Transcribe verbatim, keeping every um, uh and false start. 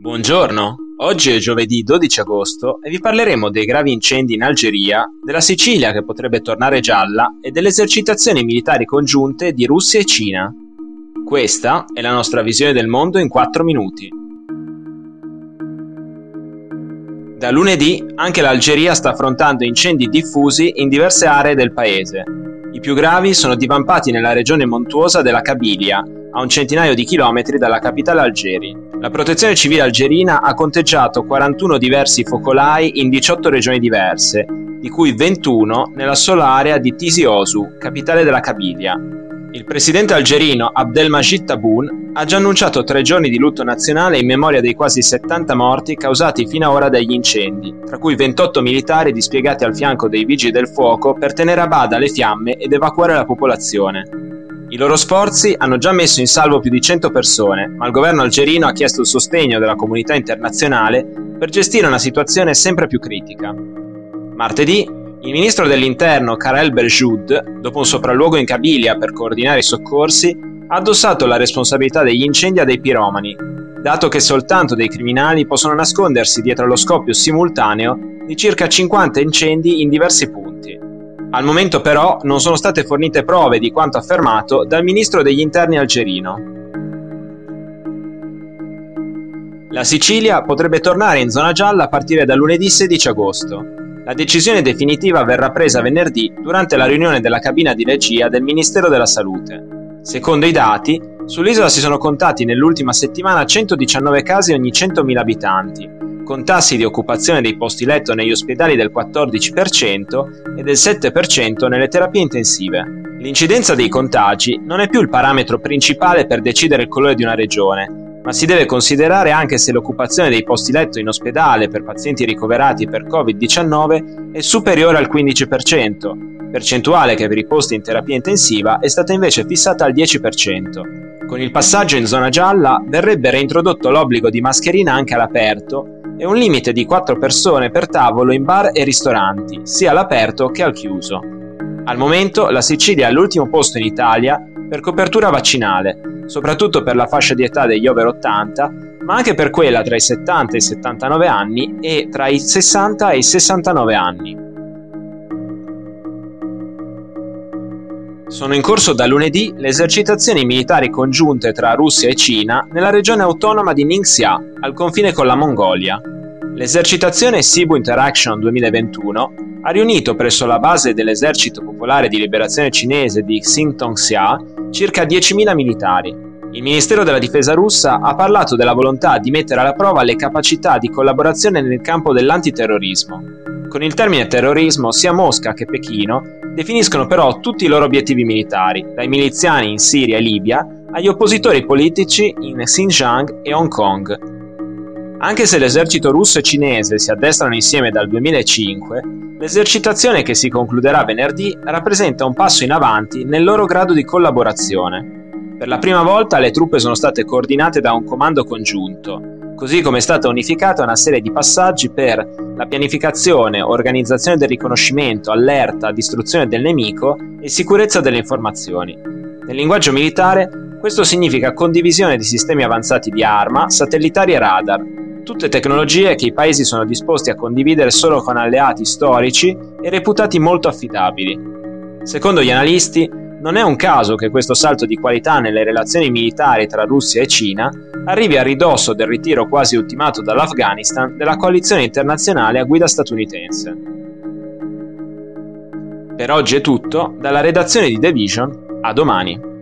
Buongiorno, oggi è giovedì dodici agosto e vi parleremo dei gravi incendi in Algeria, della Sicilia che potrebbe tornare gialla e delle esercitazioni militari congiunte di Russia e Cina. Questa è la nostra visione del mondo in quattro minuti. Da lunedì anche l'Algeria sta affrontando incendi diffusi in diverse aree del paese. I più gravi sono divampati nella regione montuosa della Kabylia, a un centinaio di chilometri dalla capitale Algeri. La protezione civile algerina ha conteggiato quarantuno diversi focolai in diciotto regioni diverse, di cui ventuno nella sola area di Tizi Ouzou, capitale della Kabylia. Il presidente algerino Abdelmajid Tebboune ha già annunciato tre giorni di lutto nazionale in memoria dei quasi settanta morti causati fino ad ora dagli incendi, tra cui ventotto militari dispiegati al fianco dei vigili del fuoco per tenere a bada le fiamme ed evacuare la popolazione. I loro sforzi hanno già messo in salvo più di cento persone, ma il governo algerino ha chiesto il sostegno della comunità internazionale per gestire una situazione sempre più critica. Martedì, il ministro dell'interno Karel Beljoud, dopo un sopralluogo in Kabylia per coordinare i soccorsi, ha addossato la responsabilità degli incendi a dei piromani, dato che soltanto dei criminali possono nascondersi dietro lo scoppio simultaneo di circa cinquanta incendi in diversi punti. Al momento però non sono state fornite prove di quanto affermato dal ministro degli interni algerino. La Sicilia potrebbe tornare in zona gialla a partire da lunedì sedici agosto. La decisione definitiva verrà presa venerdì durante la riunione della cabina di regia del Ministero della Salute. Secondo i dati, sull'isola si sono contati nell'ultima settimana centodiciannove casi ogni centomila abitanti, con tassi di occupazione dei posti letto negli ospedali del quattordici per cento e del sette per cento nelle terapie intensive. L'incidenza dei contagi non è più il parametro principale per decidere il colore di una regione, ma si deve considerare anche se l'occupazione dei posti letto in ospedale per pazienti ricoverati per covid diciannove è superiore al quindici per cento, percentuale che per i posti in terapia intensiva è stata invece fissata al dieci per cento. Con il passaggio in zona gialla verrebbe reintrodotto l'obbligo di mascherina anche all'aperto e un limite di quattro persone per tavolo in bar e ristoranti, sia all'aperto che al chiuso. Al momento la Sicilia è all'ultimo posto in Italia per copertura vaccinale, soprattutto per la fascia di età degli over ottanta, ma anche per quella tra i settanta e i settantanove anni e tra i sessanta e i sessantanove anni. Sono in corso da lunedì le esercitazioni militari congiunte tra Russia e Cina nella regione autonoma di Ningxia, al confine con la Mongolia. L'esercitazione Sibu Interaction duemilaventuno ha riunito presso la base dell'Esercito Popolare di Liberazione Cinese di Xinjiang circa diecimila militari. Il Ministero della Difesa russa ha parlato della volontà di mettere alla prova le capacità di collaborazione nel campo dell'antiterrorismo. Con il termine terrorismo sia Mosca che Pechino definiscono però tutti i loro obiettivi militari, dai miliziani in Siria e Libia agli oppositori politici in Xinjiang e Hong Kong. Anche se l'esercito russo e cinese si addestrano insieme dal duemilacinque, l'esercitazione che si concluderà venerdì rappresenta un passo in avanti nel loro grado di collaborazione. Per la prima volta le truppe sono state coordinate da un comando congiunto, così come è stata unificata una serie di passaggi per la pianificazione, organizzazione del riconoscimento, allerta, distruzione del nemico e sicurezza delle informazioni. Nel linguaggio militare, questo significa condivisione di sistemi avanzati di arma, satellitari e radar, tutte tecnologie che i paesi sono disposti a condividere solo con alleati storici e reputati molto affidabili. Secondo gli analisti, non è un caso che questo salto di qualità nelle relazioni militari tra Russia e Cina arrivi a ridosso del ritiro quasi ultimato dall'Afghanistan della coalizione internazionale a guida statunitense. Per oggi è tutto, dalla redazione di The Vision, a domani.